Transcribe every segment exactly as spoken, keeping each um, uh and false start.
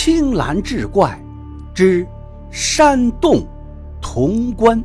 青蓝志怪之山洞潼关。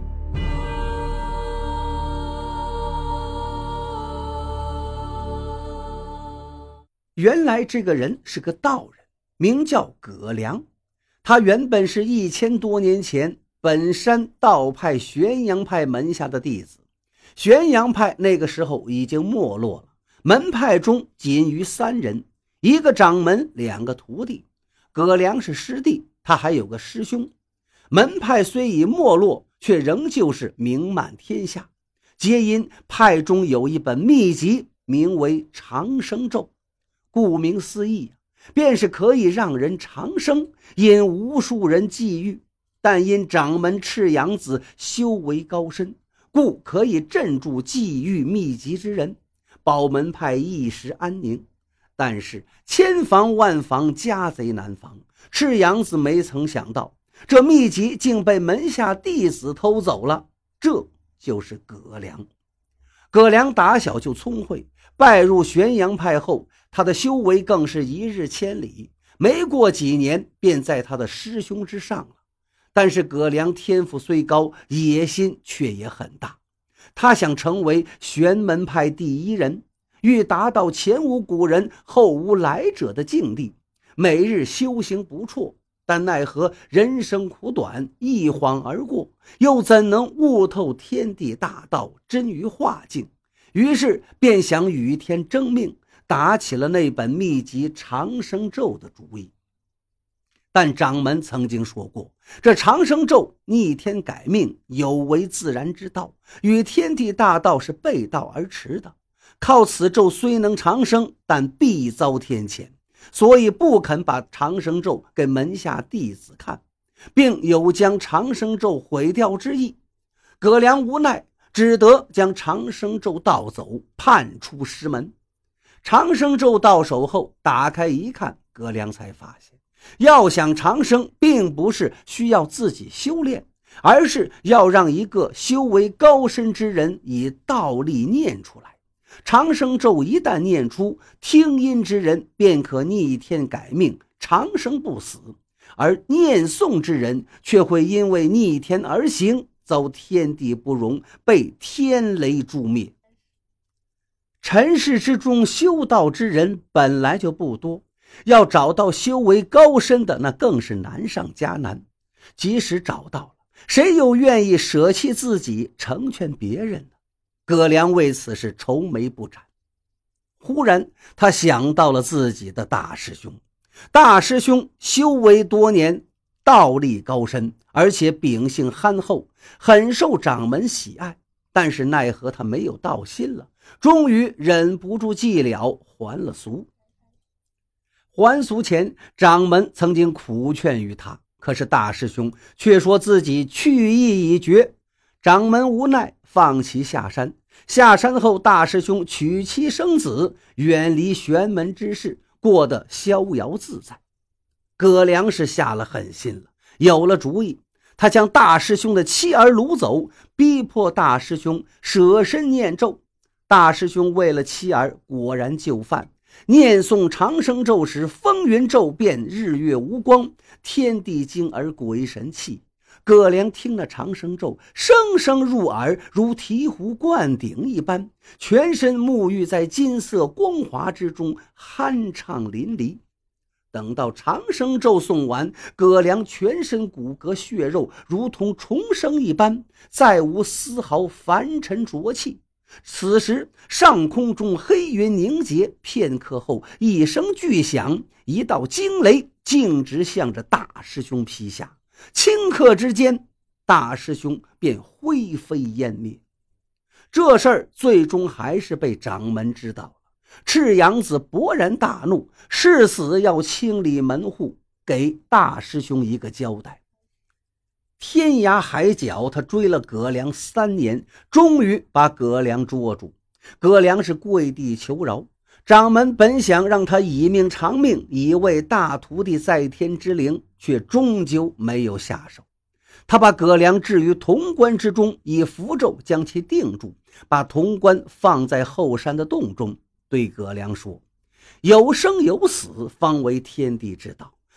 原来这个人是个道人，名叫葛良。他原本是一千多年前本山道派玄阳派门下的弟子。玄阳派那个时候已经没落了，门派中仅余三人，一个掌门，两个徒弟。葛良是师弟，他还有个师兄。门派虽已没落，却仍旧是名满天下，皆因派中有一本秘籍，名为长生咒。顾名思义，便是可以让人长生，引无数人觊觎。但因掌门赤阳子修为高深，故可以镇住觊觎秘籍之人，保门派一时安宁。但是千防万防，家贼难防。赤阳子没曾想到，这秘籍竟被门下弟子偷走了，这就是葛良。葛良打小就聪慧，拜入玄阳派后，他的修为更是一日千里，没过几年便在他的师兄之上了。但是葛良天赋虽高，野心却也很大。他想成为玄门派第一人，欲达到前无古人后无来者的境地，每日修行不辍。但奈何人生苦短，一晃而过，又怎能悟透天地大道，臻于化境？于是便想与天争命，打起了那本秘籍长生咒的主意。但掌门曾经说过，这长生咒逆天改命，有违自然之道，与天地大道是背道而驰的。靠此咒虽能长生，但必遭天谴，所以不肯把长生咒给门下弟子看，并有将长生咒毁掉之意。葛良无奈，只得将长生咒盗走，叛出师门。长生咒到手后，打开一看，葛良才发现，要想长生，并不是需要自己修炼，而是要让一个修为高深之人以道力念出来。长生咒一旦念出，听音之人便可逆天改命，长生不死，而念诵之人却会因为逆天而行，遭天地不容，被天雷诛灭。尘世之中修道之人本来就不多，要找到修为高深的，那更是难上加难。即使找到了，谁又愿意舍弃自己成全别人呢？葛良为此是愁眉不展。忽然他想到了自己的大师兄。大师兄修为多年，道力高深，而且秉性憨厚，很受掌门喜爱。但是奈何他没有道心了，终于忍不住寂寥，还了俗。还俗前，掌门曾经苦劝于他，可是大师兄却说自己去意已决。掌门无奈，放其下山。下山后，大师兄娶妻生子，远离玄门之事，过得逍遥自在。葛良是下了狠心了，有了主意。他将大师兄的妻儿掳走，逼迫大师兄舍身念咒。大师兄为了妻儿，果然就范，念诵长生咒时，风云骤变，日月无光，天地惊而鬼神泣。葛良听了长生咒，声声入耳，如醍醐灌顶一般，全身沐浴在金色光华之中，酣畅淋漓。等到长生咒诵完，葛良全身骨骼血肉如同重生一般，再无丝毫凡尘浊气。此时上空中黑云凝结，片刻后一声巨响，一道惊雷径直向着大师兄劈下，顷刻之间，大师兄便灰飞烟灭。这事儿最终还是被掌门知道了。赤阳子勃然大怒，誓死要清理门户，给大师兄一个交代。天涯海角，他追了葛良三年，终于把葛良捉住。葛良是跪地求饶，掌门本想让他以命偿命，以为大徒弟在天之灵，却终究没有下手。他把葛良置于潼关之中，以符咒将其定住，把潼关放在后山的洞中，对葛良说：有生有死，方为天地之道，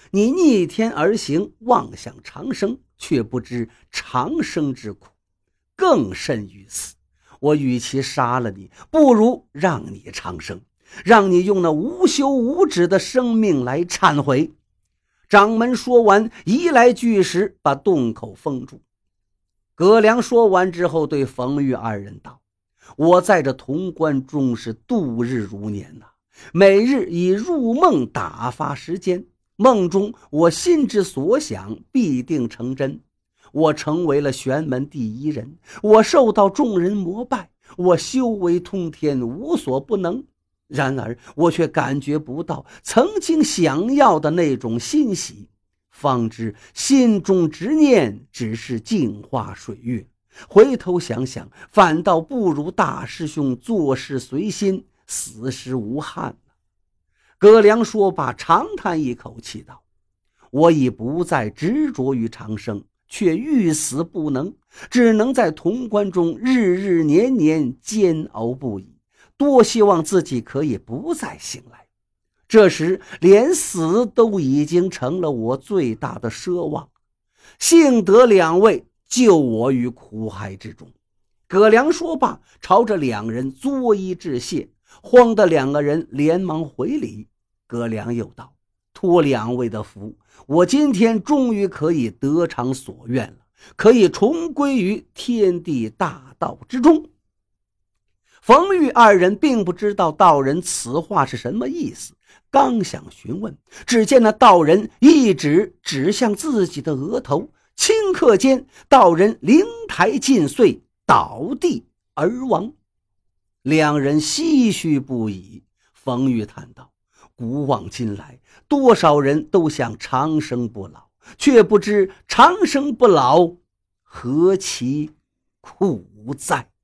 你逆天而行，妄想长生，却不知长生之苦，更甚于死。我与其杀了你，不如让你长生，让你用那无休无止的生命来忏悔。掌门说完，移来巨石把洞口封住。葛良说完之后，对冯玉二人道：我在这潼关中是度日如年呐、啊，每日以入梦打发时间，梦中我心之所想必定成真。我成为了玄门第一人，我受到众人膜拜，我修为通天，无所不能。然而我却感觉不到曾经想要的那种欣喜，方知心中执念只是镜花水月，回头想想，反倒不如大师兄做事随心，死时无憾了。葛良说罢，长叹一口气道：我已不再执着于长生，却欲死不能，只能在潼关中日日年年煎熬不已，多希望自己可以不再醒来。这时连死都已经成了我最大的奢望，幸得两位救我于苦海之中。葛良说罢，朝着两人作揖致谢，慌得两个人连忙回礼。葛良又道：托两位的福，我今天终于可以得偿所愿了，可以重归于天地大道之中。冯玉二人并不知道道人此话是什么意思，刚想询问，只见那道人一指指向自己的额头，顷刻间道人灵台尽碎，倒地而亡。两人唏嘘不已。冯玉叹道：古往今来，多少人都想长生不老，却不知长生不老何其苦哉。